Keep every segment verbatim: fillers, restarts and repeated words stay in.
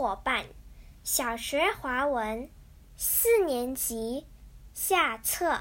伙伴，小学华文，四年级下册。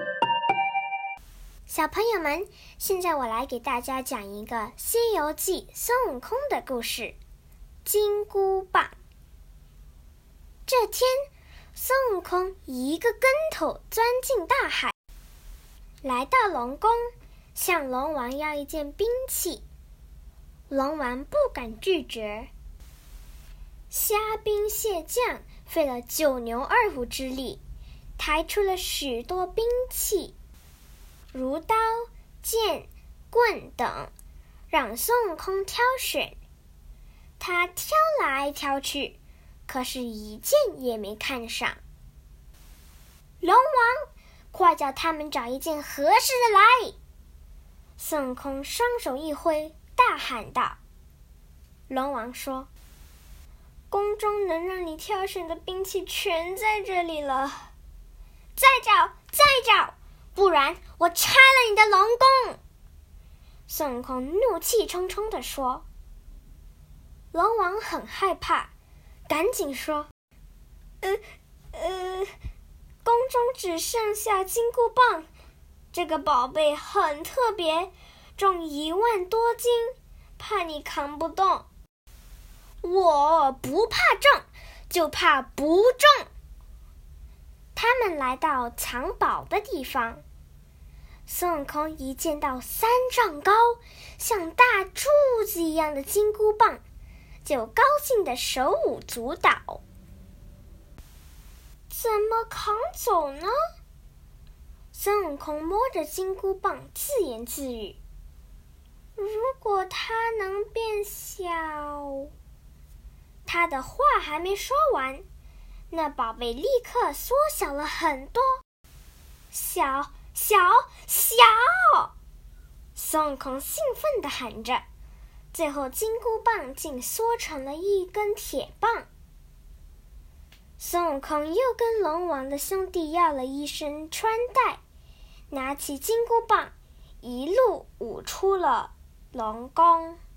小朋友们，现在我来给大家讲一个《西游记》孙悟空的故事。金箍棒。这天，孙悟空一个跟头钻进大海，来到龙宫，向龙王要一件兵器。龙王不敢拒绝，虾兵蟹将费了九牛二虎之力，抬出了许多兵器，如刀、剑、棍等，让孙悟空挑选。他挑来挑去，可是一件也没看上。龙王，快叫他们找一件合适的来！孙悟空双手一挥，大喊道。龙王说，宫中能让你挑选的兵器全在这里了，再找再找，不然我拆了你的龙宫！孙悟空怒气冲冲地说。龙王很害怕，赶紧说，呃呃宫中只剩下金箍棒，这个宝贝很特别，重一万多斤，怕你扛不动。我不怕重，就怕不重。他们来到藏宝的地方，孙悟空一见到三丈高，像大柱子一样的金箍棒，就高兴的手舞足蹈。怎么扛走呢？孙悟空摸着金箍棒自言自语，如果它能变小……他的话还没说完，那宝贝立刻缩小了很多。小小小！孙悟空兴奋地喊着，最后金箍棒竟缩成了一根铁棒。孙悟空又跟龙王的兄弟要了一身穿戴，拿起金箍棒，一路舞出了龙宫。